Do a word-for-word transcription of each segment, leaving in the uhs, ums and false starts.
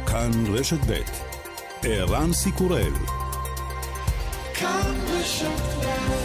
כאן רשת ב' ערן סיקורל. כאן רשת ב'.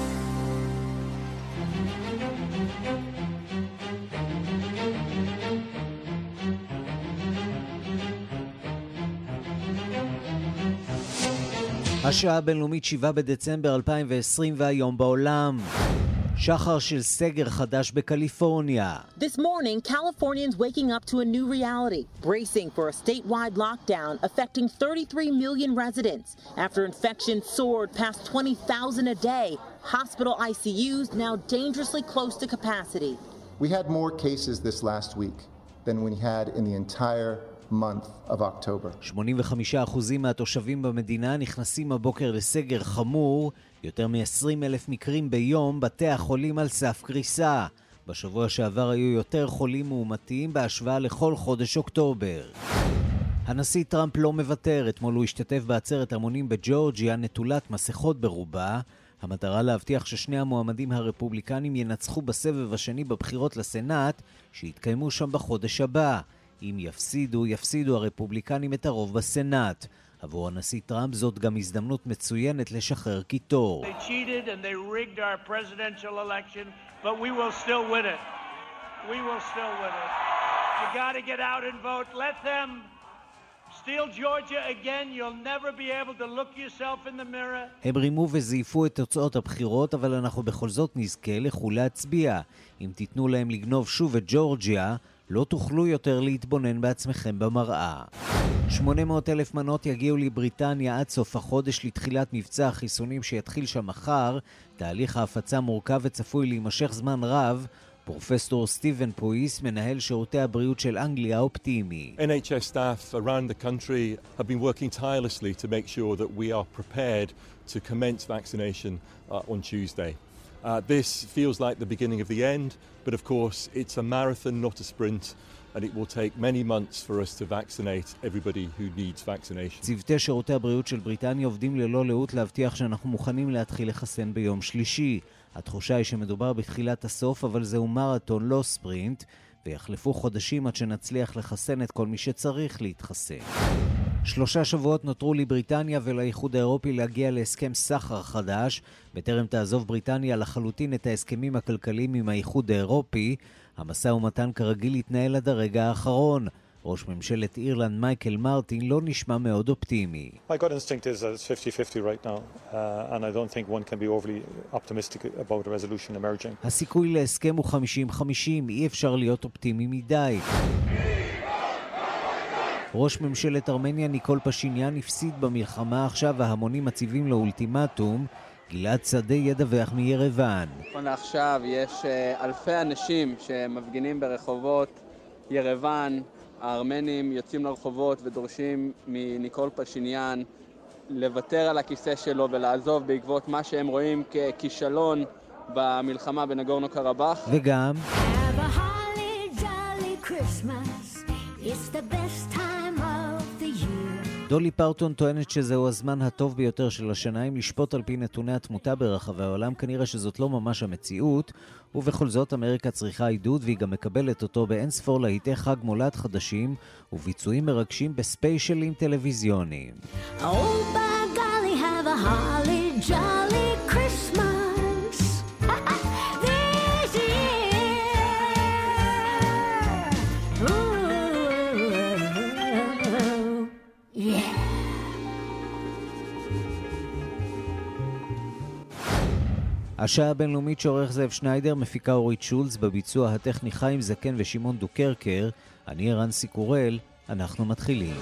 השעה הבינלאומית שבעה בדצמבר אלפיים ועשרים והיום בעולם. שחר של סגר חדש בקליפורניה. This morning, Californians waking up to a new reality, bracing for a statewide lockdown affecting thirty-three million residents. After infections soared past twenty thousand a day, hospital I C Us now dangerously close to capacity. We had more cases this last week than we had in the entire month of October. שמונים וחמישה אחוז מהתושבים במדינה נכנסים הבוקר לסגר חמור, יותר מ-עשרים אלף מקרים ביום, בתי החולים על סף קריסה. בשבוע שעבר היו יותר חולים מאומתים בהשוואה לכל חודש אוקטובר. הנשיא טראמפ לא מוותר, אתמול הוא השתתף בעצרת המונים בג'ורג'יה נטולת מסכות ברובה. המטרה להבטיח ששני המועמדים הרפובליקנים ינצחו בסבב השני בבחירות לסנאט, שיתקיימו שם בחודש הבא. אם יפסידו, יפסידו הרפובליקנים את הרוב בסנאט. עבור הנשיא טראמפ זאת גם הזדמנות מצוינת לשחרר קיטור. They cheated and they rigged our presidential election, but we will still win it. We will still win it. You got to get out and vote. Let them steal Georgia again. You'll never be able to look yourself in the mirror. הם רימו וזייפו את תוצאות הבחירות, אבל אנחנו בכל זאת נזכה לכו להצביע. אם תיתנו להם לגנוב שוב את ג'ורג'יה, לא תוכלו יותר להתבונן בעצמכם במראה. שמונה מאות אלף מנות יגיעו לבריטניה עד סוף החודש לתחילת מבצע החיסונים שיתחיל שם מחר. תהליך ההפצה מורכב וצפוי להימשך זמן רב. פרופסור סטיבן פויס, מנהל שירותי הבריאות של אנגליה, אופטימי. N H S staff around the country have been working tirelessly to make sure that we are prepared to commence vaccination uh, on Tuesday. Uh, this feels like the beginning of the end, but of course it's a marathon, not a sprint, and it will take many months for us to vaccinate everybody who needs vaccination. צוותי שירותי הבריאות של בריטניה עובדים ללא לאות להבטיח שאנחנו מוכנים להתחיל לחסן ביום שלישי. התחושה היא שמדובר בתחילת הסוף, אבל זהו מרתון, לא ספרינט, ויחלפו חודשים עד שנצליח לחסן את כל מי שצריך להתחסן. שלושה שבועות נותרו לבריטניה ולאיחוד האירופי להגיע להסכם סחר חדש, בטרם תעזוב בריטניה לחלוטין את ההסכמים הכלכליים עם האיחוד האירופי. המשא ומתן כרגיל יתנהל עד הרגע האחרון. ראש ממשלת אירלנד מייקל מרטין לא נשמע מאוד אופטימי. My gut instinct is that it's fifty fifty right now, uh, and I don't think one can be overly optimistic about a resolution emerging. הסיכוי להסכם הוא חמישים חמישים, אי אפשר להיות אופטימי מדי. ראש ממשלת ארמניה ניקול פשיניאן הפסיד במלחמה, עכשיו ההמונים מציבים לו אולטימטום. גלעד שדה ידווח מירבן. עכשיו יש אלפי אנשים שמפגינים ברחובות ירבן. הארמנים יוצאים לרחובות ודורשים מניקול פשיניאן לוותר על הכיסא שלו ולעזוב בעקבות מה שהם רואים ככישלון במלחמה בנגורנו קרבאח. וגם Have a holly jolly Christmas. It's the best time of the year. דולי פרטון טוענת שזהו הזמן הטוב ביותר של השנה. אם לשפוט על פי נתוני התמותה ברחבי העולם, כנראה שזאת לא ממש המציאות, ובכל זאת אמריקה צריכה עידוד, והיא גם מקבלת אותו באין ספור להיטי חג מולד חדשים וביצועים מרגשים בספיישלים טלוויזיוניים. Oh, by golly, have a holly jolly Christmas. This year. Ooh, yeah. השעה הבינלאומית שעורך זאב שניידר, מפיקה אורית שולץ, בביצוע הטכני חיים זקן ושמעון דוקרקר. אני ערן סיקורל, אנחנו מתחילים.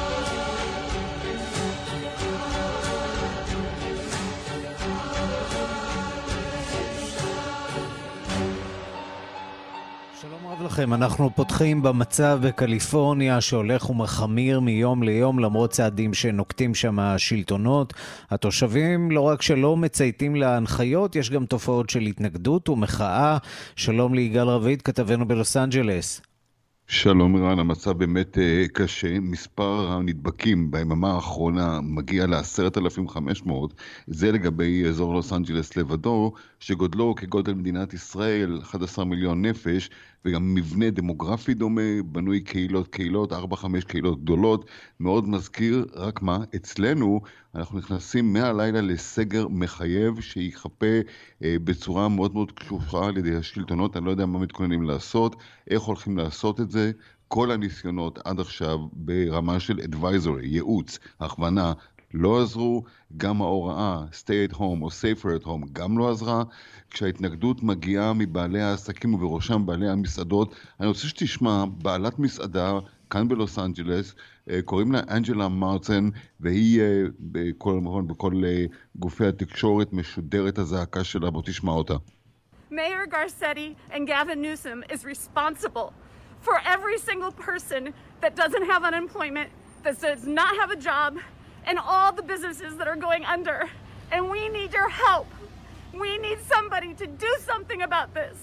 שלום רב לכם, אנחנו פותחים במצב בקליפורניה שהולך ומחמיר מיום ליום למרות צעדים שנוקטים שם השלטונות. התושבים לא רק שלא מצייתים להנחיות, יש גם תופעות של התנגדות ומחאה. שלום ליגאל רביד, כתבנו בלוס אנג'לס. שלום רן, המצב באמת קשה. מספר הנדבקים ביממה האחרונה מגיע ל-עשרת אלפים וחמש מאות. זה לגבי אזור לוס אנג'לס לבדו, שגודלו כגודל מדינת ישראל, אחד עשר מיליון נפש, וגם מבנה דמוגרפי דומה, בנוי קהילות קהילות, ארבע חמש קהילות גדולות, מאוד מזכיר, רק מה, אצלנו אנחנו נכנסים מהלילה לסגר מחייב שיחפה אה, בצורה מאוד מאוד קשוחה על ידי השלטונות, אני לא יודע מה מתכוננים לעשות, איך הולכים לעשות את זה, כל הניסיונות עד עכשיו ברמה של advisory, ייעוץ, הכוונה, לא עזרו, גם ההוראה, stay at home או safer at home, גם לא עזרה. כשההתנגדות מגיעה מבעלי העסקים ובראשם בעלי המסעדות, אני רוצה שתשמע, בעלת מסעדה כאן בלוס אנג'לס, קוראים לה אנג'לה מרטן, והיא בכל, בכל גופי התקשורת משודרת הזעקה שלה, בוא תשמע אותה. Mayor Garcetti and Gavin Newsom is responsible for every single person that doesn't have unemployment, that does not have a job, and all the businesses that are going under. And we need your help. We need somebody to do something about this.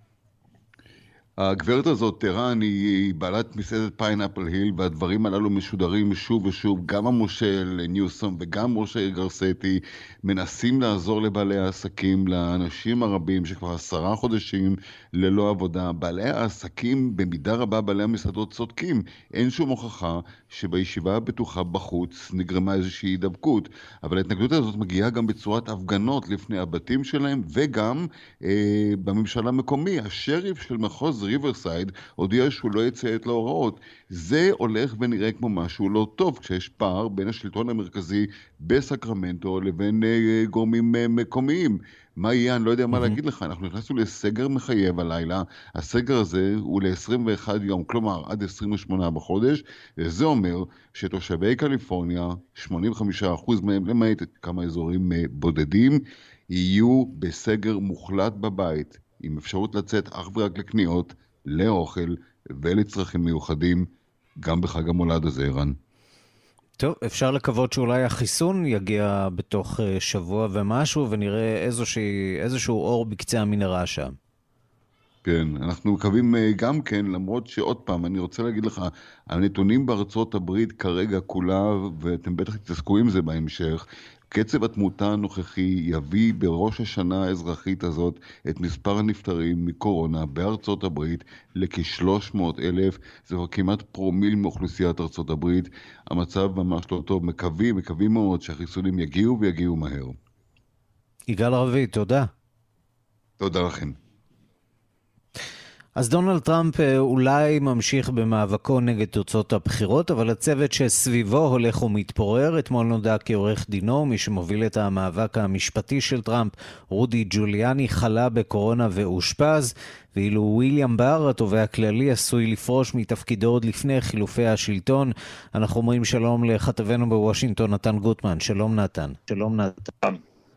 הגברת הזאת, טרן, היא בעלת מסעדת פיינאפל היל, והדברים הללו משודרים שוב ושוב. גם המושל ניוסום וגם ראש העיר גרסטי מנסים לעזור לבעלי העסקים, לאנשים הרבים שכבר עשרה חודשים ללא עבודה. בעלי העסקים, במידה רבה בעלי המסעדות צודקים. אין שום הוכחה שבישיבה הבטוחה בחוץ נגרמה איזושהי הידבקות. אבל ההתנגדות הזאת מגיעה גם בצורת הפגנות לפני הבתים שלהם, וגם אה, בממשל המקומי. השריף של מחוז ריברסייד הודיע שהוא לא יציית להוראות. זה הולך ונראה כמו משהו לא טוב, כשיש פער בין השלטון המרכזי בסקרמנטו לבין uh, גורמים uh, מקומיים. מה יהיה? אני לא יודע מה להגיד לך. אנחנו נכנסנו לסגר מחייב הלילה. הסגר הזה הוא ל-עשרים ואחד יום, כלומר עד עשרים ושמונה בחודש. זה אומר שתושבי קליפורניה, שמונים וחמישה אחוז מהם, למעט כמה אזורים uh, בודדים, יהיו בסגר מוחלט בבית, עם אפשרות לצאת אך ורק לקניות, לאוכל ולצרכים מיוחדים, גם בחג המולד הזה, ערן. טוב, אפשר לקוות שאולי החיסון יגיע בתוך שבוע ומשהו, ונראה איזושהי, איזשהו אור בקצה המנהרה שם. כן, אנחנו מקווים גם כן, למרות שעוד פעם, אני רוצה להגיד לך, הנתונים בארצות הברית כרגע כולה, ואתם בטח תתעסקו עם זה בהמשך, קצב התמותה הנוכחי יביא בראש השנה האזרחית הזאת את מספר הנפטרים מקורונה בארצות הברית לכ-שלוש מאות אלף, זה כמעט פרומיל מאוכלוסיית ארצות הברית. המצב ממש לא טוב, מקווים, מקווים מאוד שהחיסונים יגיעו ויגיעו מהר. יגאל רביד, תודה. תודה לכם. אז דונלד טראמפ אולי ממשיך במאבקו נגד תוצאות הבחירות, אבל הצוות שסביבו הולך ומתפורר. אתמול נודע כי עורך דינו, מי שמוביל את המאבק המשפטי של טראמפ, רודי ג'וליאני, חלה בקורונה ואושפז, ואילו וויליאם בר, התובע הכללי, עשוי לפרוש מתפקידו עוד לפני חילופי השלטון. אנחנו אומרים שלום לכתבנו בוושינגטון, נתן גוטמן. שלום נתן. שלום נתן.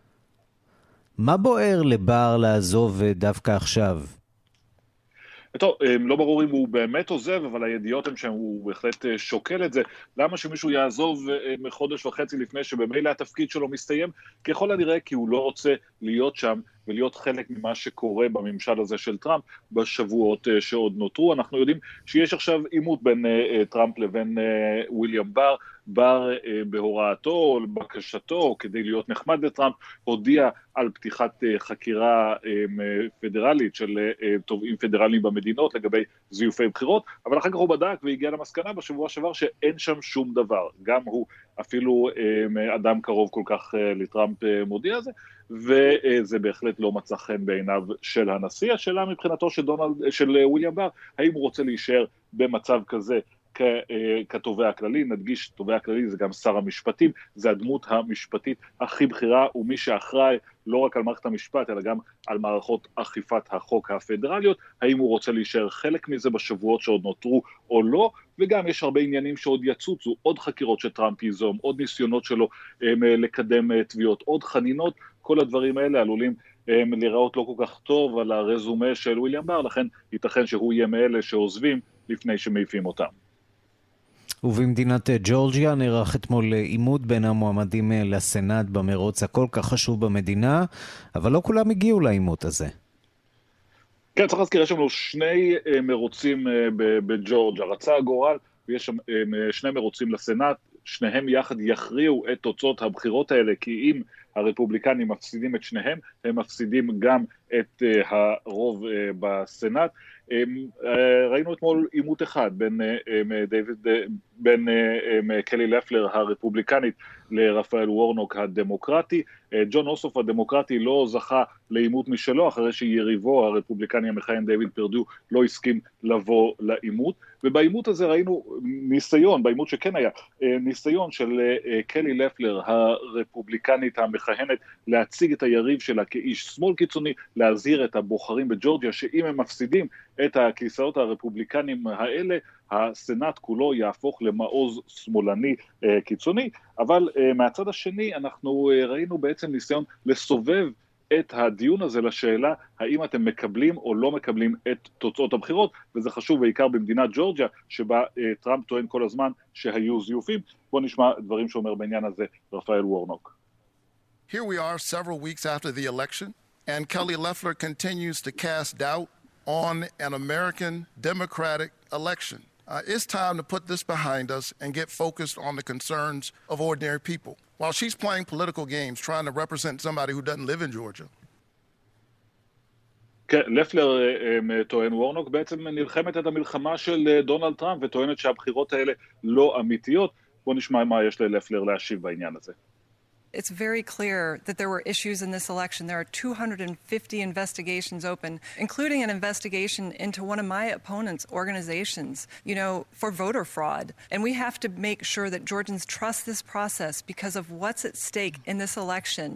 מה בוער לבר לעזוב דווקא עכשיו? טוב, לא ברור אם הוא באמת עוזב, אבל הידיעות הן שהוא בהחלט שוקל את זה. למה שמישהו יעזוב מחודש וחצי לפני שבמילא התפקיד שלו מסתיים? ככל הנראה כי הוא לא רוצה להיות שם ולהיות חלק ממה שקורה בממשל הזה של טראמפ בשבועות שעוד נותרו. אנחנו יודעים שיש עכשיו עימות בין טראמפ לבין וויליאם בר. בר בהוראתו או בקשתו כדי להיות נחמד לטראמפ הודיע על פתיחת חקירה פדרלית של תובעים פדרליים במדינות לגבי זיופי בחירות, אבל אחר כך הוא בדק והגיע למסקנה בשבוע שעבר שאין שם שום דבר. גם הוא, אפילו אדם קרוב כל כך לטראמפ, מודיע זה, וזה בהחלט לא מצא חן בעיניו של הנשיא. השאלה מבחינתו של דונלד, של וויליאם בר, האם הוא רוצה להישאר במצב כזה כתובע הכללי. נדגיש, תובע הכללי זה גם שר המשפטים, זה הדמות המשפטית הכי בכירה, ומי שאחראי לא רק על מערכת המשפט, אלא גם על מערכות אכיפת החוק הפדרליות. האם הוא רוצה להישאר חלק מזה בשבועות שעוד נותרו או לא, וגם יש הרבה עניינים שעוד יצוצו, עוד חקירות שטראמפ ייזום, עוד ניסיונות שלו לקדם תביעות, עוד חנינות. כל הדברים האלה עלולים לראות לא כל כך טוב על הרזומה של וויליאם בר, לכן ייתכן שהוא יהיה מאלה שעוזבים לפני שמעיפים אותם. ובמדינת ג'ורג'יה נערך אתמול עימות בין המועמדים לסנאט במרוץ הכל כך חשוב במדינה, אבל לא כולם הגיעו לעימות הזה. כן, צריך להזכיר, יש שם שני מרוצים בג'ורג'יה, רצה הגורל, ויש שם שני מרוצים לסנאט, שניהם יחד יכריעו את תוצאות הבחירות האלה, כי אם הרפובליקנים מפסידים את שניהם, הם מפסידים גם את הרוב בסנאט. ראינו אתמול עימות אחד בין דיוויד, בין קלי לפלר הרפובליקנית לרפאל וורנוק הדמוקרטי. ג'ון אוסוף הדמוקרטי לא זכה לעימות משלו, אחרי שיריבו הרפובליקני המכהן דיוויד פרדו לא הסכים לבוא לעימות, ובעימות הזה ראינו ניסיון, בעימות שכן היה, ניסיון של קלי לפלר הרפובליקנית המכהנת להציג את היריב שלה כאיש שמאל קיצוני, להזהיר את הבוחרים בג'ורג'יה שאם הם מפסידים את הכיסאות הרפובליקנים האלה, הסנאט כולו יהפוך למעוז שמאלני אה, קיצוני, אבל אה, מהצד השני אנחנו אה, ראינו בעצם ניסיון לסובב את הדיון הזה לשאלה האם אתם מקבלים או לא מקבלים את תוצאות הבחירות, וזה חשוב בעיקר במדינת ג'ורג'יה שבה אה, טראמפ טוען כל הזמן שהיו זיופים. בואו נשמע דברים שאומר בעניין הזה רפאל וורנוק. Here we are several weeks after the election and Kelly Loeffler continues to cast doubt on an American democratic election. Uh, it's time to put this behind us and get focused on the concerns of ordinary people. While she's playing political games, trying to represent somebody who doesn't live in Georgia. כן, לפלר טוען, וורנוק בעצם נלחמת את המלחמה של דונלד טראמפ וטוענת שהבחירות האלה לא אמיתיות. בוא נשמע מה יש ללפלר להשיב בעניין הזה. It's very clear that there were issues in this election. There are two hundred fifty investigations open, including an investigation into one of my opponent's organizations, you know, for voter fraud. And we have to make sure that Georgians trust this process because of what's at stake in this election.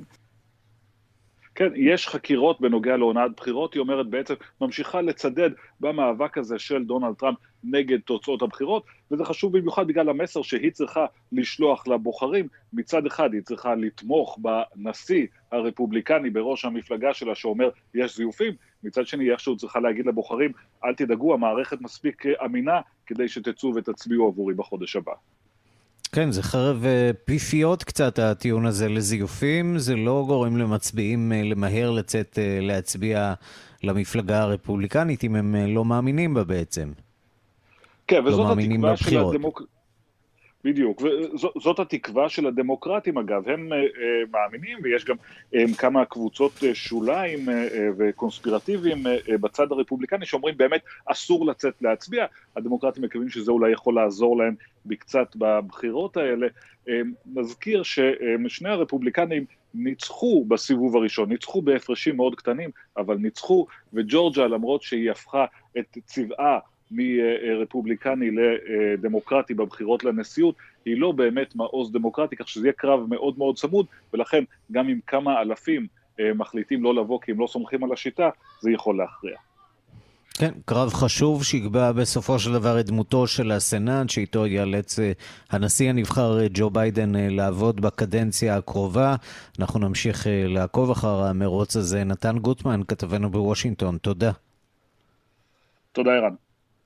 כן, יש חקירות בנוגע להונאת בחירות, היא אומרת בעצם ממשיכה לצדד במאבק הזה של דונלד טראמפ נגד תוצאות הבחירות, וזה חשוב במיוחד בגלל המסר שהיא צריכה לשלוח לבוחרים. מצד אחד היא צריכה לתמוך בנשיא הרפובליקני בראש המפלגה שלה שאומר יש זיופים, מצד שני איכשהו צריכה להגיד לבוחרים אל תדאגו, המערכת מספיק אמינה כדי שתצאו ותצביעו עבורי בחודש הבא. כן, זה חרב פיפיות קצת הטיעון הזה לזיופים, זה לא גורם למצביעים למהר לצאת להצביע למפלגה הרפובליקנית אם הם לא מאמינים בה בעצם. כן, וזאת לא התקווה של הדמוקרטים. בדיוק, וזאת התקווה של הדמוקרטים אגב, הם uh, מאמינים, ויש גם um, כמה קבוצות uh, שוליים uh, וקונספירטיביים uh, בצד הרפובליקני שאומרים באמת אסור לצאת להצביע. הדמוקרטים מקווים שזה אולי יכול לעזור להם בקצת בבחירות האלה. Um, נזכיר ששני הרפובליקנים ניצחו בסיבוב הראשון, ניצחו בהפרשים מאוד קטנים, אבל ניצחו, וג'ורג'יה למרות שהיא הפכה את צבעה מרפובליקני לדמוקרטי בבחירות לנשיאות, היא לא באמת מעוז דמוקרטי, כך שזה יהיה קרב מאוד מאוד צמוד, ולכן גם אם כמה אלפים מחליטים לא לבוא כי הם לא סומכים על השיטה, זה יכול להכריע. כן, קרב חשוב שיקבע בסופו של דבר את דמותו של הסנאט, שאיתו ייאלץ הנשיא הנבחר ג'ו ביידן לעבוד בקדנציה הקרובה. אנחנו נמשיך לעקוב אחר המרוץ הזה. נתן גוטמן, כתבנו בוושינגטון, תודה. תודה ערן.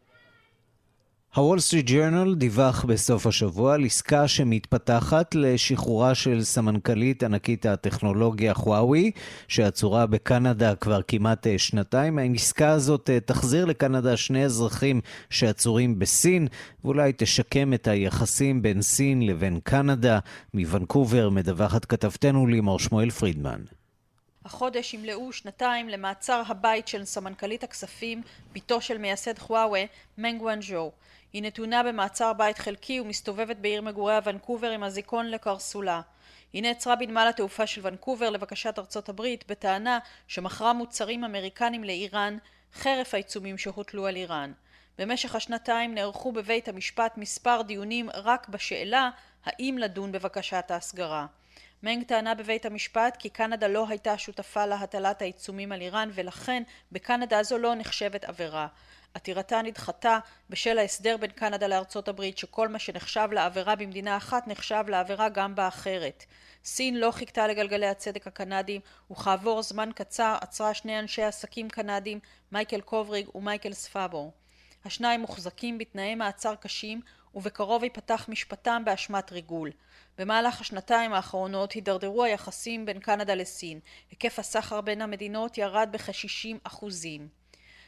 הוול סטריט ג'ורנל דיווח בסוף השבוע על עסקה שמתפתחת לשחרורה של סמנכ"לית ענקית הטכנולוגיה חוואוי, שעצורה בקנדה כבר כמעט שנתיים. העסקה הזאת תחזיר לקנדה שני אזרחים שעצורים בסין, ואולי תשקם את היחסים בין סין לבין קנדה. מוונקובר מדווחת כתבתנו לימור שמואל פרידמן. החודש ימלאו שנתיים למעצר הבית של סמנכ"לית הכספים, ביתו של מייסד חוואוי, מנג וואנז'ו. היא נתונה במעצר בית חלקי ומסתובבת בעיר מגוריה ונקובר עם הזיכרון לקרסולה. היא נעצרה בנמל התעופה של ונקובר לבקשת ארצות הברית בטענה שמכרה מוצרים אמריקנים לאיראן חרף העיצומים שהוטלו על איראן. במשך השנתיים נערכו בבית המשפט מספר דיונים רק בשאלה האם לדון בבקשת ההסגרה. מנג טענה בבית המשפט כי קנדה לא הייתה שותפה להטלת העיצומים על איראן ולכן בקנדה זו לא נחשבת עבירה. עתירתה נדחתה בשל ההסדר בין קנדה לארצות הברית שכל מה שנחשב לעבירה במדינה אחת נחשב לעבירה גם באחרת. סין לא חיכתה לגלגלי הצדק הקנדים וכעבור זמן קצר עצרה שני אנשי עסקים קנדים, מייקל קובריג ומייקל ספאבור. השניים מוחזקים בתנאי מעצר קשים ובקרוב ייפתח משפטם באשמת ריגול. במהלך השנתיים האחרונות הידרדרו היחסים בין קנדה לסין. היקף הסחר בין המדינות ירד בכ-שישים אחוזים.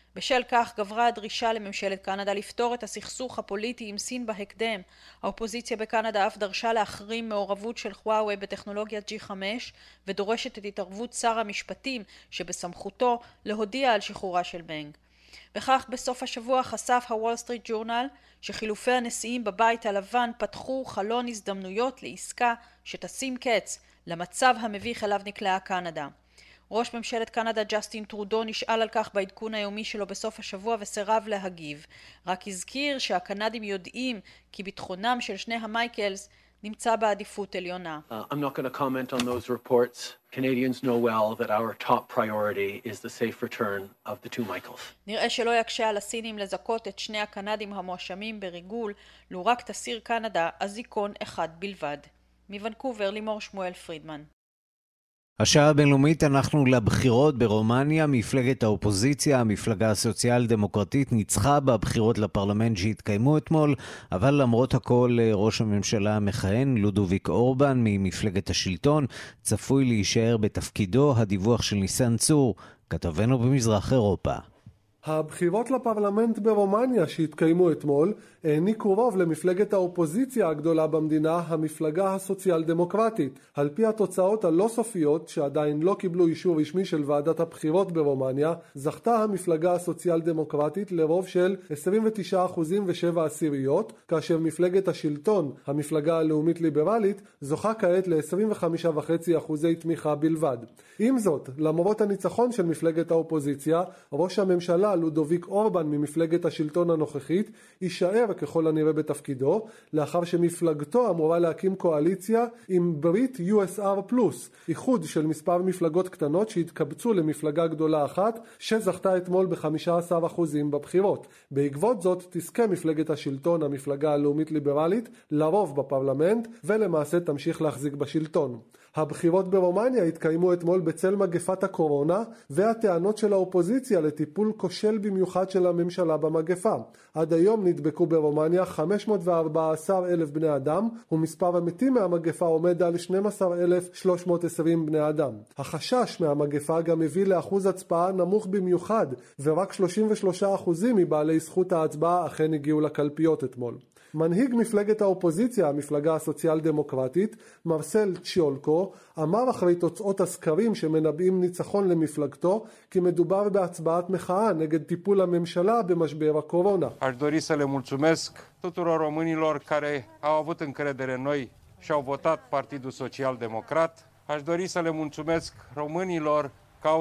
בשל כך גברה הדרישה לממשלת קנדה לפתור את הסכסוך הפוליטי עם סין בהקדם. האופוזיציה בקנדה אף דרשה להחרים מעורבות של חוואווי בטכנולוגיית ג'י חמש ודורשת את התערבות שר המשפטים שבסמכותו להודיע על שחרורה של מנג. וכך בסוף השבוע חשף הוול סטריט ג'ורנל שחילופי הנשיאים בבית הלבן פתחו חלון הזדמנויות לעסקה שתשים קץ למצב המביך אליו נקלעה קנדה. ראש ממשלת קנדה ג'סטין טרודו נשאל על כך בעדכון היומי שלו בסוף השבוע וסרב להגיב. רק הזכיר שהקנדים יודעים כי ביטחונם של שני המייקלס נמצא בעדיפות עליונה. Uh, I'm not going to comment on those reports. Canadians know well that our top priority is the safe return of the two Michaels. נראה שלא יקשה על הסינים לזכות את שני הקנדים המואשמים בריגול, לו רק תסיר קנדה אזיקון אחד בלבד. מוונקובר, לימור שמואל פרידמן. השעה הבינלאומית, אנחנו לבחירות ברומניה. מפלגת האופוזיציה, המפלגה הסוציאל דמוקרטית, ניצחה בבחירות לפרלמנט שהתקיימו אתמול, אבל למרות הכל ראש הממשלה המכהן לודוביק אורבן ממפלגת השלטון צפוי להישאר בתפקידו. הדיווח של ניסן צור, כתבנו במזרח אירופה. הבחירות לפרלמנט ברומניה שהתקיימו אתמול העניקו רוב למפלגת האופוזיציה הגדולה במדינה, המפלגה הסוציאל דמוקרטית. על פי התוצאות הלא סופיות שעדיין לא קיבלו אישור רשמי של ועדת הבחירות ברומניה, זכתה המפלגה הסוציאל דמוקרטית לרוב של עשרים ותשעה אחוזים ושבע עשיריות, כאשר מפלגת השלטון, המפלגה הלאומית ליברלית, זוכה כעת ל-עשרים וחמישה וחצי אחוזי תמיכה בלבד. עם זאת, למרות הניצחון של מפלגת האופוזיציה, ראש הממשלה לודוביק אורבן ממפלגת השלטון הנוכחית יישאר ככל הנראה בתפקידו, לאחר שמפלגתו אמורה להקים קואליציה עם ברית יו אס אר פלוס, איחוד של מספר מפלגות קטנות שהתקבצו למפלגה גדולה אחת שזכתה אתמול ב-חמישה עשר אחוזים בבחירות. בעקבות זאת תזכה מפלגת השלטון, המפלגה הלאומית ליברלית, לרוב בפרלמנט ולמעשה תמשיך להחזיק בשלטון. הבחירות ברומניה התקיימו אתמול בצל מגפת הקורונה והטענות של האופוזיציה לטיפול כושל במיוחד של הממשלה במגפה. עד היום נדבקו ברומניה חמש מאות וארבע עשרה אלף בני אדם, ומספר המתים מהמגפה עומד על שנים עשר אלף שלוש מאות ועשרים בני אדם. החשש מהמגפה גם הביא לאחוז הצבעה נמוך במיוחד, ורק שלושים ושלושה אחוזים מבעלי זכות ההצבעה אכן הגיעו לקלפיות אתמול. מנהיג מפלגת האופוזיציה, המפלגה הסוציאל דמוקרטית, מרסל צ'יולקו, אמר אחרי תוצאות הסקרים שמנבאים ניצחון למפלגתו, כי מדובר בהצבעת מחאה נגד טיפול הממשלה במשבר הקורונה. Aș dori să le mulțumesc tuturor românilor care au avut încredere în noi și au votat Partidul Social Democrat. Aș dori să le mulțumesc românilor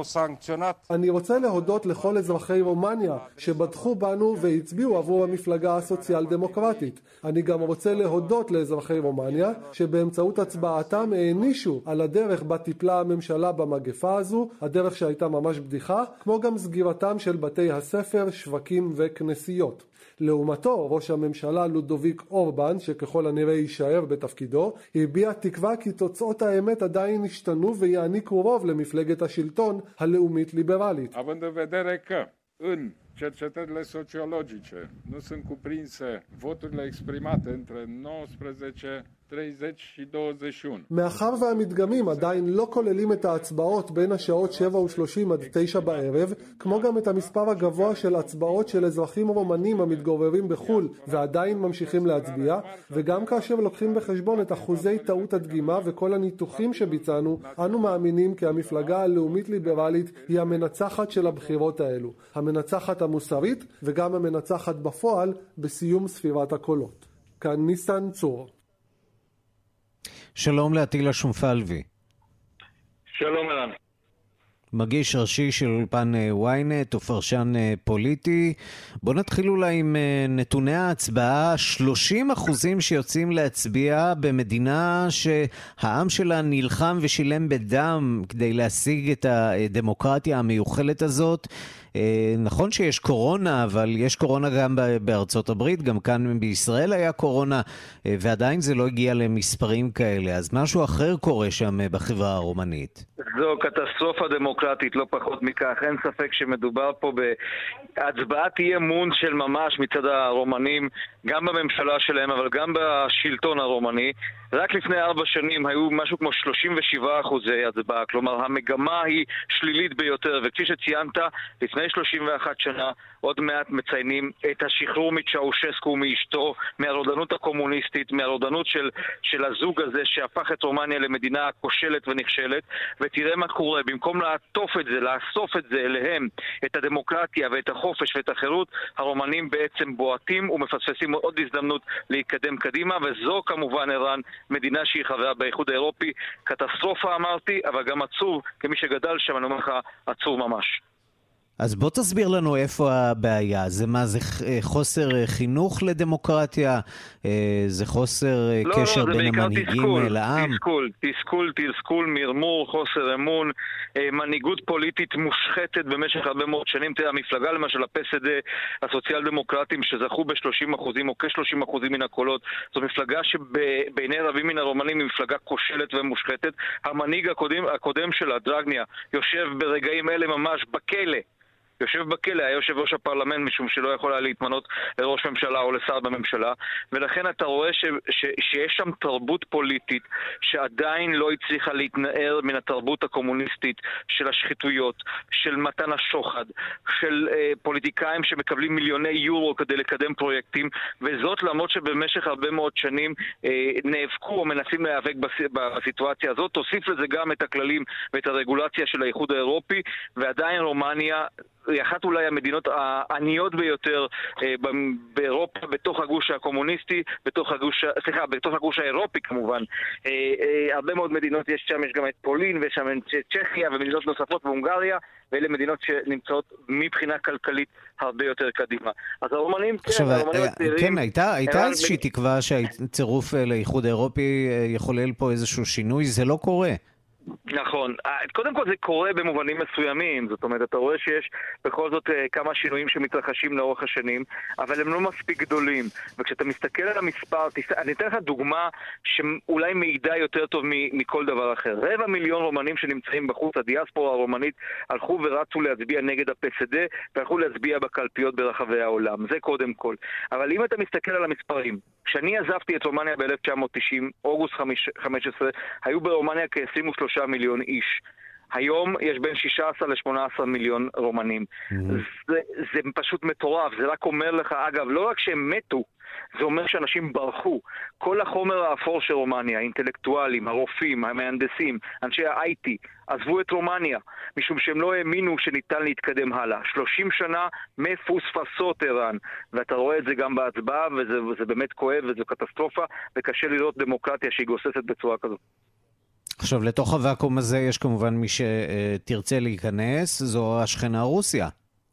אני רוצה להודות לכל אזרחי רומניה שבטחו בנו והצביעו עבור המפלגה הסוציאל דמוקרטית. אני גם רוצה להודות לאזרחי רומניה שבאמצעות הצבעתם הענישו על הדרך בה טיפלה הממשלה במגפה הזו, הדרך שהייתה ממש בדיחה, כמו גם סגירתם של בתי הספר, שווקים וכנסיות. לעומתו, ראש הממשלה לודוביק אורבן, שככל הנראה יישאר בתפקידו, הביע תקווה כי תוצאות האמת עדיין השתנו ויעניקו רוב למפלגת השלטון הלאומית ליברלית. Având în vedere că în cercetările sociologice nu sunt cuprinse voturile exprimate între nouăsprezece treizeci și douăzeci și unu. מאחר והמדגמים עדיין לא כוללים את ההצבעות בין השעות שבע ושלושים עד תשע בערב, כמו גם את המספר הגבוה של הצבעות של אזרחים רומנים המתגוררים בחול ועדיין ממשיכים להצביע, וגם כאשר לוקחים בחשבון את אחוזי טעות הדגימה וכל הניתוחים שביצענו, אנו מאמינים כי המפלגה הלאומית ליברלית היא המנצחת של הבחירות האלו, המנצחת המוסרית וגם המנצחת בפועל בסיום ספירת הקולות. כאן ניסן צור. שלום לאטילה שומפלבי. שלום אלן. מגיש ראשי של אולפן וויינט ופרשן פוליטי. בוא נתחיל אולי עם נתוני ההצבעה. שלושים אחוזים שיוצאים להצביע במדינה שהעם שלה נלחם ושילם בדם כדי להשיג את הדמוקרטיה המיוחלת הזאת. נכון שיש קורונה, אבל יש קורונה גם בארצות הברית, גם כאן בישראל היה קורונה, ועדיין זה לא הגיע למספרים כאלה. אז משהו אחר קורה שם בחברה הרומנית. זו קטסטרופה דמוקרטית, לא פחות מכך. אין ספק שמדובר פה בהצבעת אי אמון של ממש מצד הרומנים, גם בממשלה שלהם, אבל גם בשלטון הרומני. רק לפני ארבע שנים היו משהו כמו שלושים ושבעה אחוזי הצבעה, כלומר המגמה היא שלילית ביותר, וכפי שציינת, לפני שלושים ואחת שנה, עוד מעט מציינים את השחרור מצ'אושסקו מאשתו, מהרודנות הקומוניסטית, מהרודנות של, של הזוג הזה שהפך את רומניה למדינה כושלת ונכשלת, ותראה מה קורה, במקום לעטוף את זה, לאסוף את זה אליהם, את הדמוקרטיה ואת החופש ואת החירות, הרומנים בעצם בועטים ומפספסים עוד הזדמנות להתקדם קדימה, וזו כמובן איראן, מדינה שהיא חברה באיחוד האירופי, קטסטרופה אמרתי, אבל גם עצוב, כמי שגדל שם, אני אומר לך, עצוב ממש. אז בוא תסביר לנו איפה הבעיה. זה מה, זה חוסר חינוך לדמוקרטיה? זה חוסר לא, קשר לא, בין המנהיגים לעם? תסכול, תסכול, תסכול, מרמור, חוסר אמון, מנהיגות פוליטית מושחתת במשך הרבה מאוד שנים. תראה, המפלגה למשל, הפסד, הסוציאל דמוקרטים שזכו ב-שלושים אחוזים או כ-שלושים אחוזים מן הקולות, זו מפלגה שבעיני רבים מן הרומנים היא מפלגה כושלת ומושחתת. המנהיג הקודם, הקודם שלה, דרגניה, יושב ברגעים אלה ממש בכלא. יושב בכלא, היה יושב ראש הפרלמנט משום שלא יכול היה להתמנות לראש ממשלה או לשר בממשלה, ולכן אתה רואה ש, ש, שיש שם תרבות פוליטית שעדיין לא הצליחה להתנער מן התרבות הקומוניסטית של השחיתויות, של מתן השוחד, של אה, פוליטיקאים שמקבלים מיליוני יורו כדי לקדם פרויקטים, וזאת למרות שבמשך הרבה מאוד שנים אה, נאבקו או מנסים להיאבק בס, בסיטואציה הזאת. תוסיף לזה גם את הכללים ואת הרגולציה של האיחוד האירופי, ועדיין רומניה היא אחת אולי המדינות העניות ביותר אה, באירופה, בתוך הגוש הקומוניסטי, בתוך הגוש, סליחה, בתוך הגוש האירופי כמובן. אה, אה, הרבה מאוד מדינות, יש שם, יש גם את פולין, ויש שם את צ'כיה ומדינות נוספות בהונגריה, ואלה מדינות שנמצאות מבחינה כלכלית הרבה יותר קדימה. אז הרומנים, עכשיו, כן, הרומנים אה, הצעירים... כן, הייתה, הייתה איזושהי ב... תקווה שהצירוף לאיחוד האירופי יחולל פה איזשהו שינוי, זה לא קורה. נכון. קודם כל זה קורה במובנים מסוימים, זאת אומרת, אתה רואה שיש בכל זאת כמה שינויים שמתרחשים לאורך השנים, אבל הם לא מספיק גדולים. וכשאתה מסתכל על המספר, אני אתן לך דוגמה שאולי מעידה יותר טוב מכל דבר אחר. רבע מיליון רומנים שנמצאים בחוץ, הדיאספורה הרומנית, הלכו ורצו להצביע נגד הפסד, והלכו להצביע בקלפיות ברחבי העולם. זה קודם כל. אבל אם אתה מסתכל על המספרים, כשאני עזבתי את רומניה ב-אלף תשע מאות תשעים, אוגוסט חמש עשרה, היו ברומניה כ-עשרים ושלושה מיליון איש. היום יש בין שישה עשר לשמונה עשר מיליון רומנים. Mm-hmm. זה, זה פשוט מטורף. זה רק אומר לך, אגב, לא רק שהם מתו, זה אומר שאנשים ברחו. כל החומר האפור של רומניה, האינטלקטואלים, הרופאים, המהנדסים, אנשי ה-איי טי, עזבו את רומניה, משום שהם לא האמינו שניתן להתקדם הלאה. שלושים שנה מפוספסות איראן, ואתה רואה את זה גם בהצבעה, וזה, וזה באמת כואב, וזו קטסטרופה, וקשה לראות דמוקרטיה שהיא גוססת בצורה כזאת. עכשיו, לתוך הוואקום הזה יש כמובן מי שתרצה להיכנס, זו השכנה רוסיה.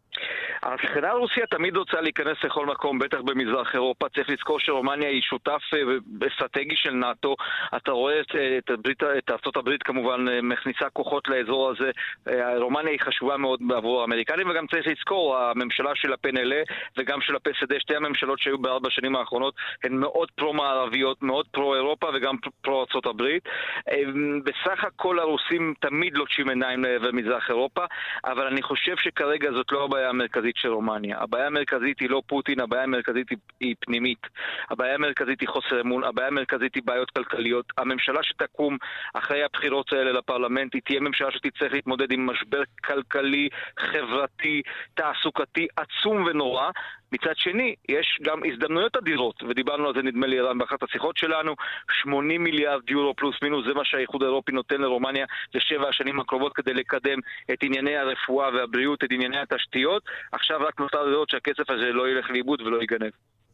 השכנה רוסיה תמיד רוצה להיכנס לכל מקום, בטח במזרח אירופה. צריך לזכור שרומניה היא שותף אסטרטגי של נאטו. אתה רואה את, את, הברית, את ארצות הברית כמובן מכניסה כוחות לאזור הזה. רומניה היא חשובה מאוד בעבור האמריקנים, וגם צריך לזכור, הממשלה של הפנלה וגם של הפסד, שתי הממשלות שהיו בארבע שנים האחרונות, הן מאוד פרו-מערביות, מאוד פרו-אירופה וגם פרו-ארצות הברית. בסך הכל הרוסים תמיד לוטשים עיניים לעבר מזרח אירופה, אבל אני חושב שכרגע זאת לא הבעיה המרכזית של רומניה. הבעיה המרכזית היא לא פוטין, הבעיה המרכזית היא, היא פנימית. הבעיה המרכזית היא חוסר אמון, הבעיה המרכזית היא בעיות כלכליות. הממשלה שתקום אחרי הבחירות האלה לפרלמנט, היא תהיה ממשלה שתצטרך להתמודד עם משבר כלכלי, חברתי, תעסוקתי, עצום ונורא. מצד שני, יש גם הזדמנויות אדירות, ודיברנו על זה נדמה לי איראן באחת השיחות שלנו, שמונים מיליארד יורו פלוס מינוס, זה מה שהאיחוד האירופי נותן לרומניה לשבע השנים הקרובות כדי לקדם את ענייני הרפואה והבריאות, את ענייני התשתיות. עכשיו רק נותר לראות שהכסף הזה לא ילך לאיבוד ולא ייגנב.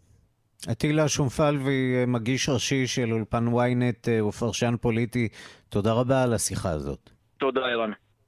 אטילה שומפלבי, מגיש ראשי של אולפן וויינט ופרשן פוליטי, תודה רבה על השיחה הזאת. תודה איראן.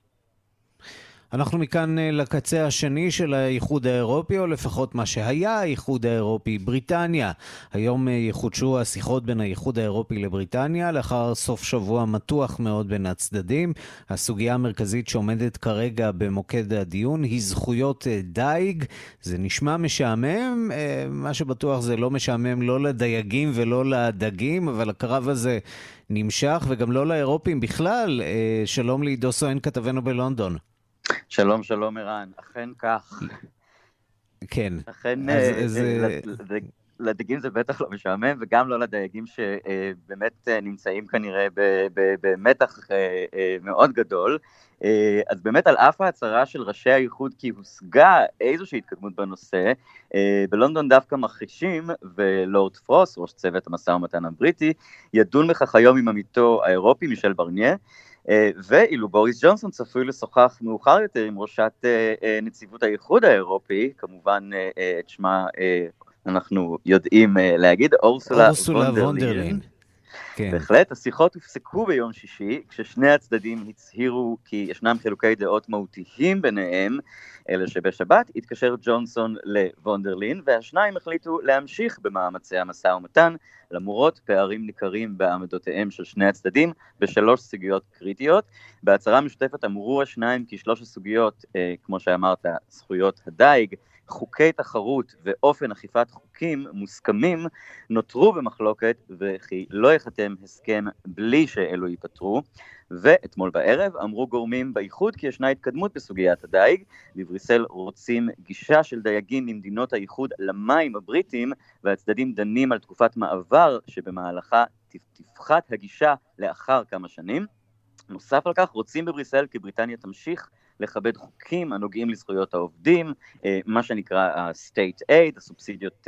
אנחנו מכאן לקצה השני של האיחוד האירופי, או לפחות מה שהיה האיחוד האירופי, בריטניה. היום יחודשו השיחות בין האיחוד האירופי לבריטניה, לאחר סוף שבוע מתוח מאוד בין הצדדים. הסוגיה המרכזית שעומדת כרגע במוקד הדיון היא זכויות דייג. זה נשמע משעמם, מה שבטוח זה לא משעמם לא לדייגים ולא לדגים, אבל הקרב הזה נמשך, וגם לא לאירופים בכלל. שלום לעידו סואן, כתבנו בלונדון. שלום, שלום ערן, אכן כך. כן. אכן, אז, זה, זה... זה, לדגים זה בטח לא משעמם, וגם לא לדייגים שבאמת נמצאים כנראה במתח מאוד גדול. אז באמת על אף ההצהרה של ראשי האיחוד כי הושגה איזושהי התקדמות בנושא, בלונדון דווקא מכחישים, ולורד פרוס, ראש צוות המשא ומתן הבריטי, ידון בכך היום עם עמיתו האירופי מישל ברניה, ואילו בוריס ג'ונסון צפוי לשוחח מאוחר יותר עם ראשת נציבות האיחוד האירופי, כמובן את שמה אנחנו יודעים להגיד, אורסולה וונדרלין. כן. בהחלט, השיחות הופסקו ביום שישי, כששני הצדדים הצהירו כי ישנם חילוקי דעות מהותיים ביניהם, אלא שבשבת התקשר ג'ונסון לוונדרלין, והשניים החליטו להמשיך במאמצי המשא ומתן, למרות פערים ניכרים בעמדותיהם של שני הצדדים, בשלוש סוגיות קריטיות. בהצהרה משותפת אמרו השניים כי שלוש הסוגיות, אה, כמו שאמרת, זכויות הדייג, חוקי תחרות ואופן אכיפת חוקים מוסכמים נותרו במחלוקת, וכי לא יחתם הסכם בלי שאלו ייפטרו. ואתמול בערב אמרו גורמים באיחוד כי ישנה התקדמות בסוגיית הדייג, בבריסל רוצים גישה של דייגים ממדינות האיחוד למים הבריטים, והצדדים דנים על תקופת מעבר שבמהלכה תפחת הגישה לאחר כמה שנים. נוסף על כך רוצים בבריסל כי בריטניה תמשיך לכבד חוקים הנוגעים לזכויות העובדים, מה שנקרא ה-state aid, הסובסידיות,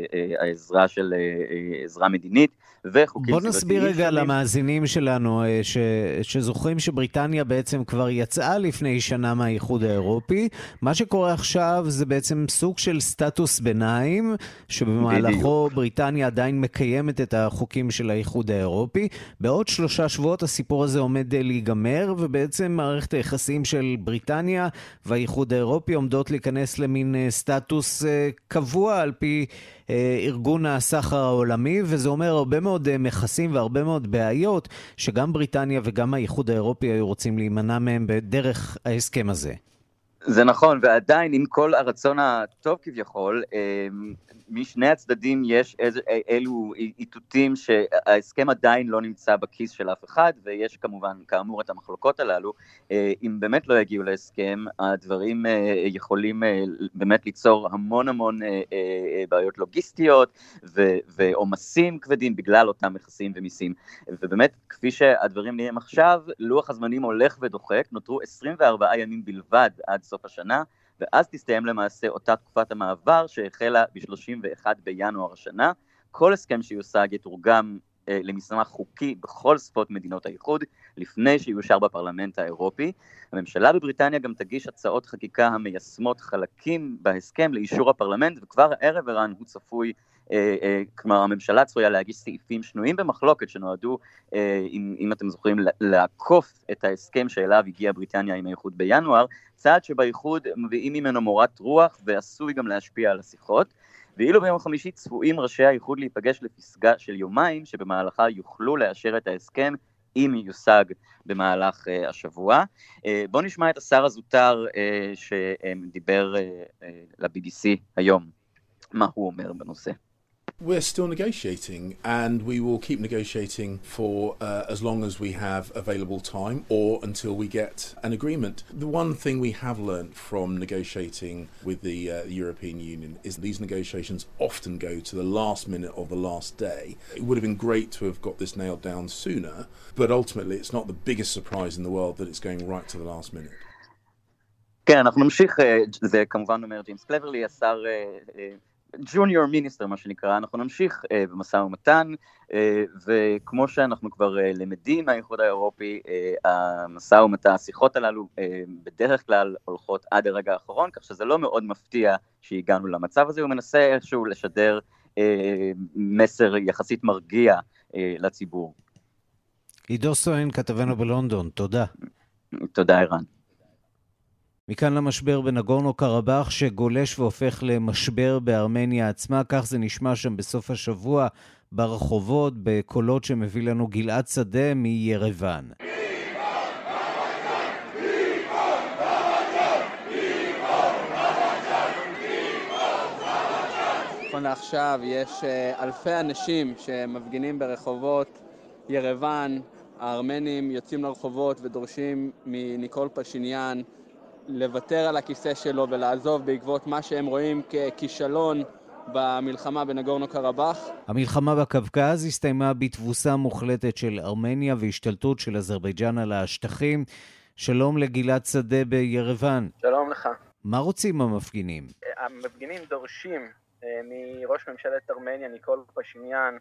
העזרה של עזרה מדינית, וחוקים... בוא נסביר רגע למאזינים שלנו, ש... שזוכרים שבריטניה בעצם כבר יצאה לפני שנה מהאיחוד האירופי. מה שקורה עכשיו זה בעצם סוג של סטטוס ביניים, שבמהלכו בריטניה עדיין מקיימת את החוקים של האיחוד האירופי. בעוד שלושה שבועות הסיפור הזה עומד להיגמר, ובעצם מערכת היחסים של בריטניה והאיחוד האירופי עומדות להיכנס למין סטטוס קבוע על פי ארגון הסחר העולמי, וזה אומר הרבה מאוד מכסים והרבה מאוד בעיות שגם בריטניה וגם האיחוד האירופי היו רוצים להימנע מהם בדרך ההסכם הזה. זה נכון, ועדיין עם כל הרצון הטוב כביכול, משני הצדדים יש איז, אילו איתותים שההסכם עדיין לא נמצא בכיס של אף אחד, ויש כמובן כאמור את המחלוקות הללו. אם באמת לא יגיעו להסכם, הדברים יכולים באמת ליצור המון המון בעיות לוגיסטיות ועומסים כבדים בגלל אותם מכסים ומיסים. ובאמת, כפי שהדברים נראים עכשיו, לוח הזמנים הולך ודוחק, נותרו עשרים וארבעה ימים בלבד עד סוף השנה, ואז תסתיים למעשה אותה תקופת המעבר שהחלה ב-שלושים ואחד בינואר השנה. כל הסכם שיושג יתורגם אה, למסמך חוקי בכל שפות מדינות האיחוד, לפני שיושר בפרלמנט האירופי. הממשלה בבריטניה גם תגיש הצעות חקיקה המיישמות חלקים בהסכם לאישור הפרלמנט, וכבר הערב ערן הוא צפוי, אה, אה, כלומר הממשלה צפויה להגיש סעיפים שנויים במחלוקת שנועדו, אה, אם, אם אתם זוכרים, לעקוף את ההסכם שאליו הגיעה בריטניה עם האיחוד בינואר, צעד שבאיחוד מביאים ממנו מורת רוח ועשוי גם להשפיע על השיחות. ואילו ביום חמישי צפויים ראשי האיחוד להיפגש לפסגה של יומיים שבמהלכה יוכלו לאשר את ההסכם אם יושג במהלך uh, השבוע. Uh, בוא נשמע את השר הזוטר uh, שדיבר uh, uh, ל-בי בי סי היום, מה הוא אומר בנושא. We're still negotiating, and we will keep negotiating for uh, as long as we have available time or until we get an agreement. The one thing we have learned from negotiating with the uh, European Union is these negotiations often go to the last minute of the last day. It would have been great to have got this nailed down sooner, but ultimately it's not the biggest surprise in the world that it's going right to the last minute. כן, אנחנו נמשיך, זה כמובן אומר ג'יימס קלברלי, השר ג'וניור מיניסטר, מה שנקרא. אנחנו נמשיך uh, במשא ומתן, uh, וכמו שאנחנו כבר uh, למדים מהאיחוד האירופי, uh, המשא ומתן, השיחות הללו uh, בדרך כלל הולכות עד הרגע האחרון, כך שזה לא מאוד מפתיע שהגענו למצב הזה. הוא מנסה איכשהו לשדר uh, מסר יחסית מרגיע uh, לציבור. עידו סואן, כתבנו בלונדון, תודה. תודה ערן. מכאן למשבר בנגורנו קרבאח שגולש והופך למשבר בארמניה עצמה, כך זה נשמע שם בסוף השבוע ברחובות, בקולות שמביא לנו גלעד שדה מירוון. נכון לעכשיו יש אלפי אנשים שמפגינים ברחובות ירוון, הארמנים יוצאים לרחובות ודורשים מניקול פשיניאן לוותר על הכיסא שלו ולעזוב בעקבות מה שהם רואים ככישלון במלחמה בנגורנו קרבאח. המלחמה בקווקז הסתיימה בתבוסה מוחלטת של ארמניה והשתלטות של אזרבייג'אן על השטחים. שלום לגלעד שדה בירוון. שלום לך. מה רוצים המפגינים? המפגינים דורשים מראש ממשלת ארמניה ניקול פשיניאן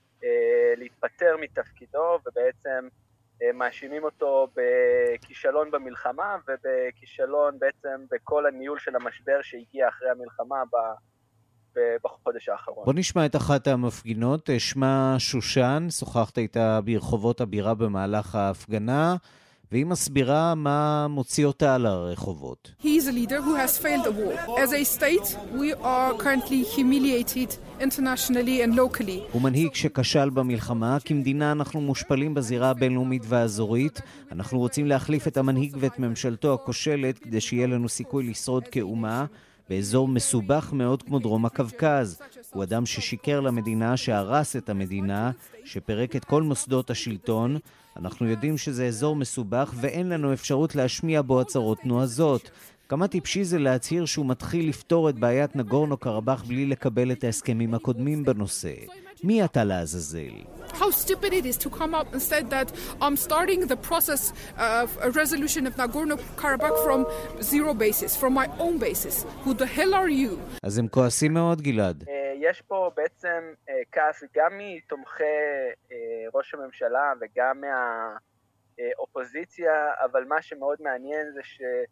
להתפטר מתפקידו, ובעצם מאשימים אותו בכישלון במלחמה ובכישלון בעצם בכל הניהול של המשבר שהגיע אחרי המלחמה בחודש האחרון. בוא נשמע את אחת המפגינות, שמה שושן, שוחחת איתה ברחובות הבירה במהלך ההפגנה, והיא מסבירה מה מוציא אותה על הרחובות. He is a leader who has failed the war. As a state, we are currently humiliated internationally and locally. הוא מנהיג שכשל במלחמה, כמדינה אנחנו מושפלים בזירה הבינלאומית והאזורית. אנחנו רוצים להחליף את המנהיג ואת ממשלתו הכושלת כדי שיהיה לנו סיכוי לשרוד כאומה באזור מסובך מאוד כמו דרום הקווקז. הוא אדם ששיקר למדינה, שהרס את המדינה, שפרק את כל מוסדות השלטון. אנחנו יודעים שזה אזור מסובך ואין לנו אפשרות להשמיע בו הצהרות נועזות. כמה טיפשי זה להצהיר שהוא מתחיל לפתור את בעיית נגורנו קרבאח בלי לקבל את ההסכמים הקודמים בנושא. מי אתה לעזאזל? How stupid it is to come up and say that I'm starting the process of a resolution of Nagorno-Karabakh from zero basis, from my own basis. Who the hell are you? אז הם כועסים מאוד, גלעד. יש פה בעצם כעס גם מתומכי ראש הממשלה וגם מהאופוזיציה, אבל מה שמאוד מעניין זה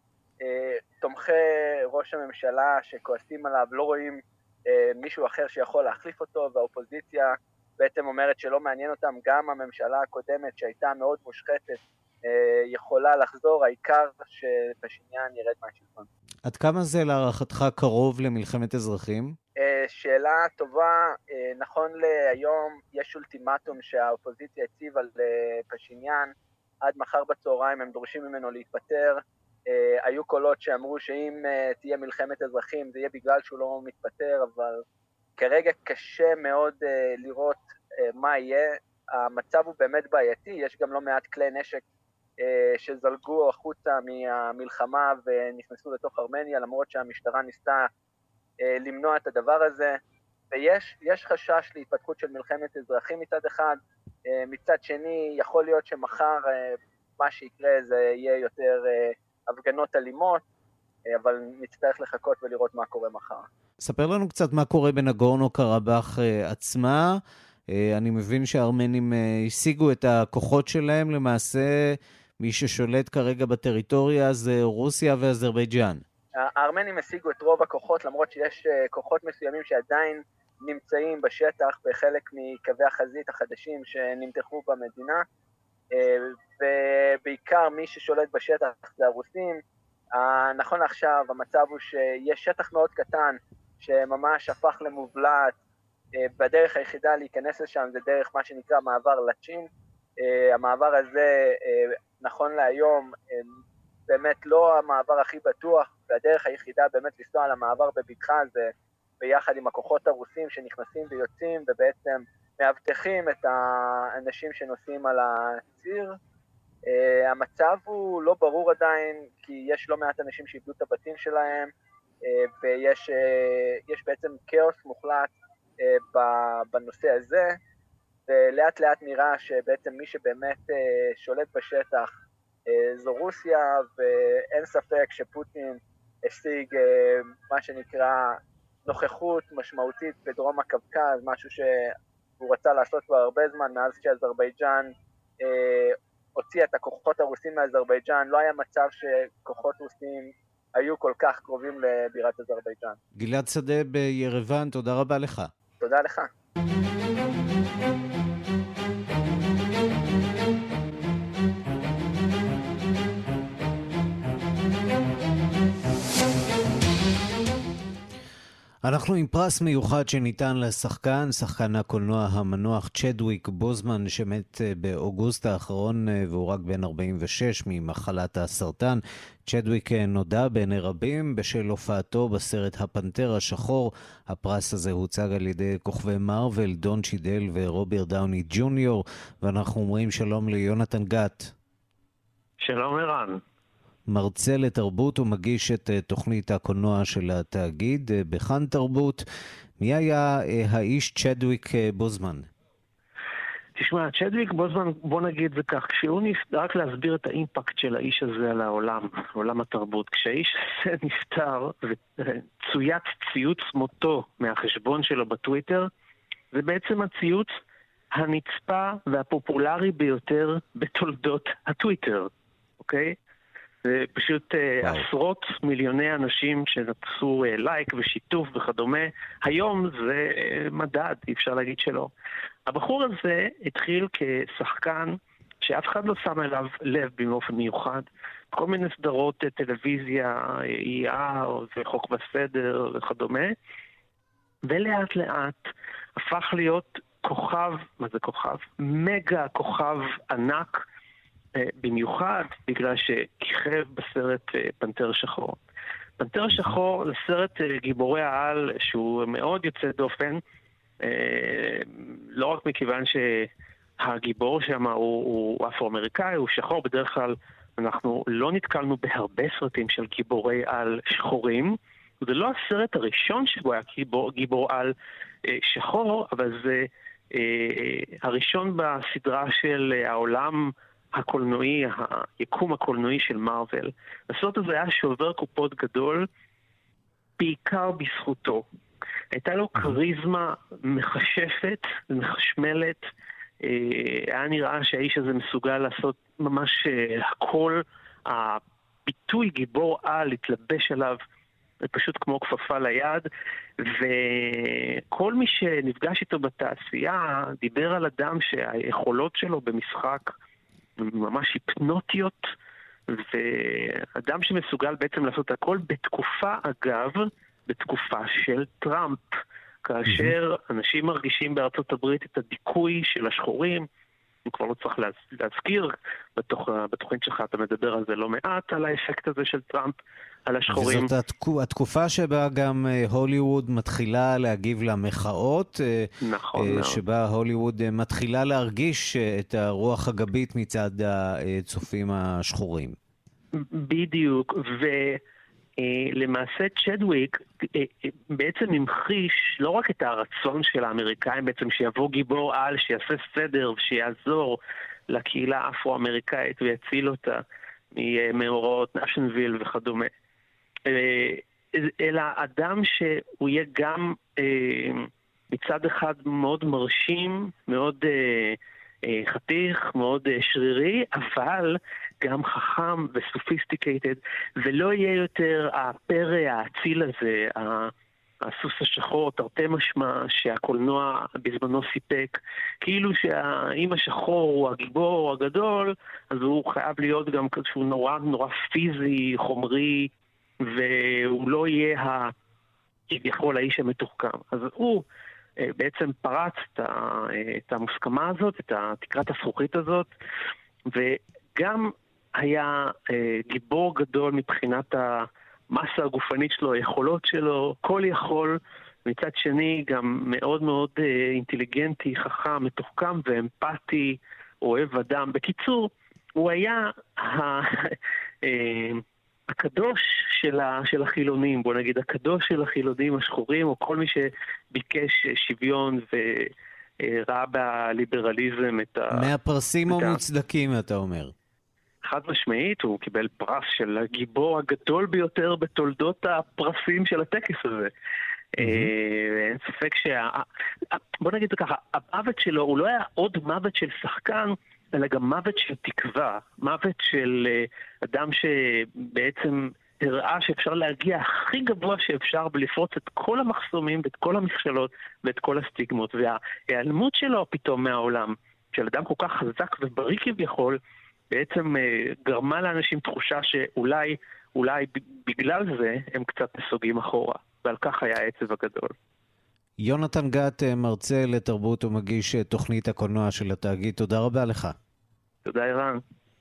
שתומכי ראש הממשלה שכועסים עליו לא רואים מישהו אחר שיכול להחליף אותו, והאופוזיציה בעצם אומרת שלא מעניין אותם. גם הממשלה הקודמת שהייתה מאוד מושחתת יכולה לחזור, העיקר שפשיניאן ירד מהשלטון. עד כמה זה להערכתך קרוב למלחמת אזרחים? שאלה טובה. נכון להיום יש אולטימטום שהאופוזיציה הציבה לפשיניאן, עד מחר בצהריים הם דורשים ממנו להתפטר. היו קולות שאמרו שאם תהיה מלחמת אזרחים זה יהיה בגלל שהוא לא מתפטר, אבל כרגע קשה מאוד לראות מה יהיה. המצב הוא באמת בעייתי, יש גם לא מעט כלי נשק שזלגו החוצה מהמלחמה ונכנסו לתוך ארמניה, למרות שהמשטרה ניסתה למנוע את הדבר הזה, ויש יש חשש להתפתחות של מלחמת אזרחים מצד אחד. מצד שני יכול להיות שמחר מה שיקרה זה יהיה יותר הפגנות אלימות, אבל נצטרך לחכות ולראות מה קורה מחר. ספר לנו קצת מה קורה בנגורנו קרבאח עצמה. אני מבין שהארמנים השיגו את הכוחות שלהם, למעשה מי ששולט כרגע בטריטוריה זה רוסיה ואזרבייג'אן. הארמנים השיגו את רוב הכוחות, למרות שיש כוחות מסוימים שעדיין נמצאים בשטח בחלק מקווי החזית החדשים שנמתחו במדינה, ובעיקר מי ששולט בשטח זה הרוסים. נכון עכשיו המצב הוא שיש שטח מאוד קטן שממש הפך למובלעת, בדרך היחידה להיכנס לשם זה דרך מה שנקרא מעבר לצ'ין. המעבר הזה נכון להיום באמת לא המעבר הכי בטוח, והדרך היחידה באמת לנסוע על המעבר בבטחה זה ביחד עם הכוחות הרוסים שנכנסים ויוצאים ובעצם מאבטחים את האנשים שנוסעים על הציר. המצב הוא לא ברור עדיין, כי יש לא מעט אנשים שאיבדו את הבתים שלהם, ויש יש בעצם כאוס מוחלט בנושא הזה, ולאט לאט נראה שבעצם מי שבאמת שולט בשטח זו רוסיה, ואין ספק שפוטין השיג מה שנקרא נוכחות משמעותית בדרום הקווקז, משהו שהוא רצה לעשות כבר הרבה זמן, מאז שאזרבייג'אן הוציאה את הכוחות הרוסים מאזרבייג'אן. לא היה מצב שכוחות רוסים היו כל כך קרובים לבירת אזרבייג'אן. גלעד שדה בירוון, תודה רבה לך. תודה לך. אנחנו עם פרס מיוחד שניתן לשחקן, שחקן הקולנוע המנוח צ'דוויק בוזמן, שמת באוגוסט האחרון והוא רק בן ארבעים ושש ממחלת הסרטן. צ'דוויק נודע בעיני רבים בשל הופעתו בסרט הפנתר השחור. הפרס הזה הוצג על ידי כוכבי מרוול, דון צ'ידל ורוברט דאוני ג'וניור, ואנחנו אומרים שלום ליונתן גת. שלום ערן. מרצה לתרבות ומגיש את תוכנית הקולנוע של התאגיד בכאן תרבות. מי היה אה, האיש צ'דוויק אה, בוזמן? תשמע, צ'דוויק בוזמן, בוא נגיד זה כך, כשהוא נפטר, רק להסביר את האימפקט של האיש הזה על העולם, עולם התרבות, כשהאיש הזה נפטר וצוית ציוץ מותו מהחשבון שלו בטוויטר, זה בעצם הציוץ הנצפה והפופולרי ביותר בתולדות הטוויטר, אוקיי? זה פשוט וואו. עשרות מיליוני אנשים שנתפסו לייק ושיתוף וכדומה. היום זה מדד, אי אפשר להגיד שלא. הבחור הזה התחיל כשחקן שאף אחד לא שם אליו לב באופן מיוחד. כל מיני סדרות טלוויזיה, אי אר וחוק וסדר וכדומה. ולאט לאט הפך להיות כוכב, מה זה כוכב? מגה כוכב ענק, במיוחד בגלל שכיכב בסרט פנתר שחור. פנתר שחור זה סרט גיבורי העל שהוא מאוד יוצא דופן, לא רק מכיוון שהגיבור שם הוא, הוא אפרו-אמריקאי, הוא שחור. בדרך כלל אנחנו לא נתקלנו בהרבה סרטים של גיבורי על שחורים. זה לא הסרט הראשון שבו היה גיבור, גיבור על שחור, אבל זה הראשון בסדרה של העולם הקולנועי, היקום הקולנועי של מארוול. הסרט הזה היה שובר קופות גדול, בעיקר בזכותו. הייתה לו קריזמה מחשפת ומחשמלת. היה נראה שהאיש הזה מסוגל לעשות ממש הכל. הביטוי גיבור על התלבש עליו פשוט כמו כפפה ליד, וכל מי שנפגש איתו בתעשייה דיבר על אדם שהיכולות שלו במשחק ממש היפנוטיות, ואדם שמסוגל בעצם לעשות הכל בתקופה, אגב, בתקופה של טראמפ, כאשר אנשים מרגישים בארצות הברית את הדיכוי של השחורים. אני כבר לא צריך להזכיר, בתוך, בתוכנית שלך אתה מדבר על זה לא מעט, על האפקט הזה של טראמפ על השחורים. וזאת התקו, התקופה שבה גם הוליווד מתחילה להגיב למחאות, נכון, שבה הוליווד מתחילה להרגיש את הרוח הגבית מצד הצופים השחורים. בדיוק, ולמעשה צ'דוויק בעצם המחיש לא רק את הרצון של האמריקאים בעצם שיבוא גיבור על, שיעשה סדר ושיעזור לקהילה האפרו-אמריקאית ויציל אותה ממאורעות נשנביל וכדומה, אלא אדם שהוא יהיה גם מצד אחד מאוד מרשים, מאוד חתיך, מאוד שרירי, אבל גם חכם וסופיסטיקייטד, ולא יהיה יותר הפרא האציל הזה, הסוס השחור, תרתי משמע, שהקולנוע בזמנו סיפק, כאילו שהאם השחור הוא הגיבור הגדול, אז הוא חייב להיות גם כשהוא נורא נורא פיזי, חומרי, והוא לא יהיה ה... כביכול האיש המתוחכם. אז הוא בעצם פרץ את המוסכמה הזאת, את תקרת הזכוכית הזאת, וגם היה גיבור גדול מבחינת המסה הגופנית שלו, היכולות שלו, כל יכול, מצד שני גם מאוד מאוד אינטליגנטי, חכם, מתוחכם ואמפתי, אוהב אדם. בקיצור, הוא היה הקדוש של, ה, של החילונים, בוא נגיד, הקדוש של החילונים השחורים, או כל מי שביקש שוויון וראה בליברליזם את ה... מהפרסים המוצדקים, אתה אומר. חד משמעית, הוא קיבל פרס של הגיבור הגדול ביותר בתולדות הפרסים של הטקס הזה. אין ספק שה... בוא נגיד ככה, המוות שלו הוא לא היה עוד מוות של שחקן, אלא גם מוות של תקווה, מוות של אדם שבעצם הראה שאפשר להגיע הכי גבוה שאפשר בלפרוץ את כל המחסומים ואת כל המכשלות ואת כל הסטיגמות, וההיעלמות שלו פתאום מהעולם, של אדם כל כך חזק ובריא כביכול, בעצם גרמה לאנשים תחושה שאולי אולי בגלל זה הם קצת נסוגים אחורה, ועל כך היה העצב הגדול. יונתן גת, מרצה לתרבות ומגיש תוכנית הקולנוע של התאגיד, תודה רבה לך. תודה אירן.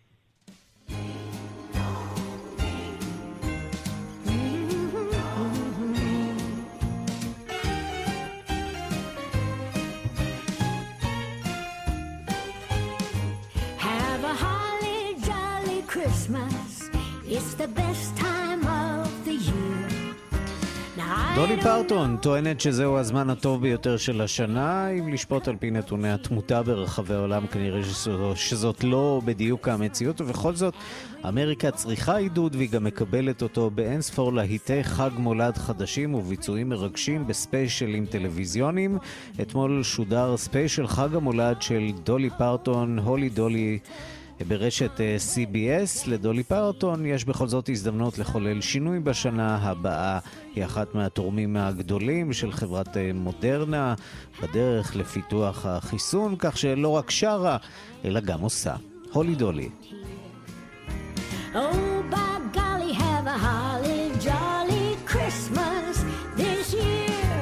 Have a holly jolly Christmas. It's the best time of the year. Now I דולי פרטון טוענת שזהו הזמן הטוב ביותר של השנה, אם לשפוט על פי נתוני התמותה ברחבי העולם כנראה שזאת לא בדיוק המציאות, ובכל זאת אמריקה צריכה עידוד והיא גם מקבלת אותו באין ספור להיטי חג מולד חדשים וביצועים מרגשים בספיישלים טלוויזיונים. אתמול שודר ספיישל חג המולד של דולי פרטון, הולי דולי, ברשת סי בי אס. לדולי פרטון יש בכל זאת הזדמנות לחולל שינוי בשנה הבאה. היא אחת מהתורמים הגדולים של חברת מודרנה בדרך לפיתוח החיסון, כך שלא רק שרה אלא גם עושה. הולי דולי. Oh, by golly, have a holly jolly Christmas this year.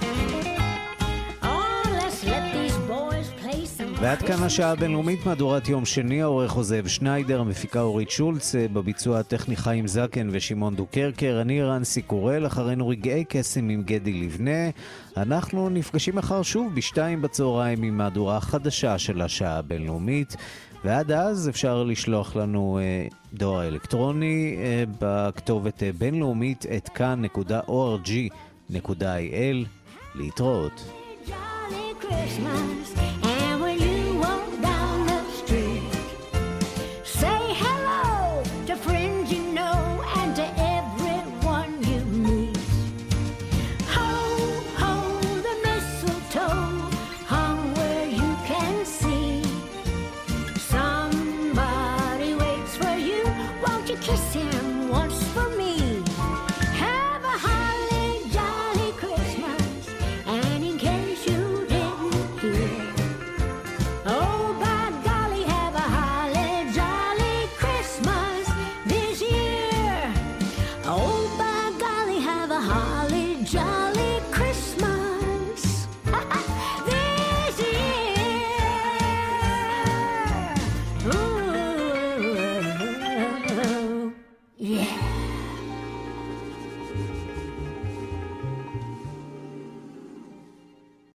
Oh, let's let these boys play some... ועד כאן השעה הבינלאומית, מהדורת יום שני, העורך עוזב שניידר, המפיקה אורית שולץ, בביצוע הטכני חיים זקן ושמעון דוקרקר, אני רנסי קורל, אחרינו רגעי קסם עם גדי לבנה. אנחנו נפגשים מחר שוב בשתיים בצהריים עם מהדורה החדשה של השעה הבינלאומית, ועד אז אפשר לשלוח לנו אה, דואר אלקטרוני אה, בכתובת אה, בינלאומית את כאן נקודה או אר ג'י נקודה איי אל. להתראות. Jolly Christmas.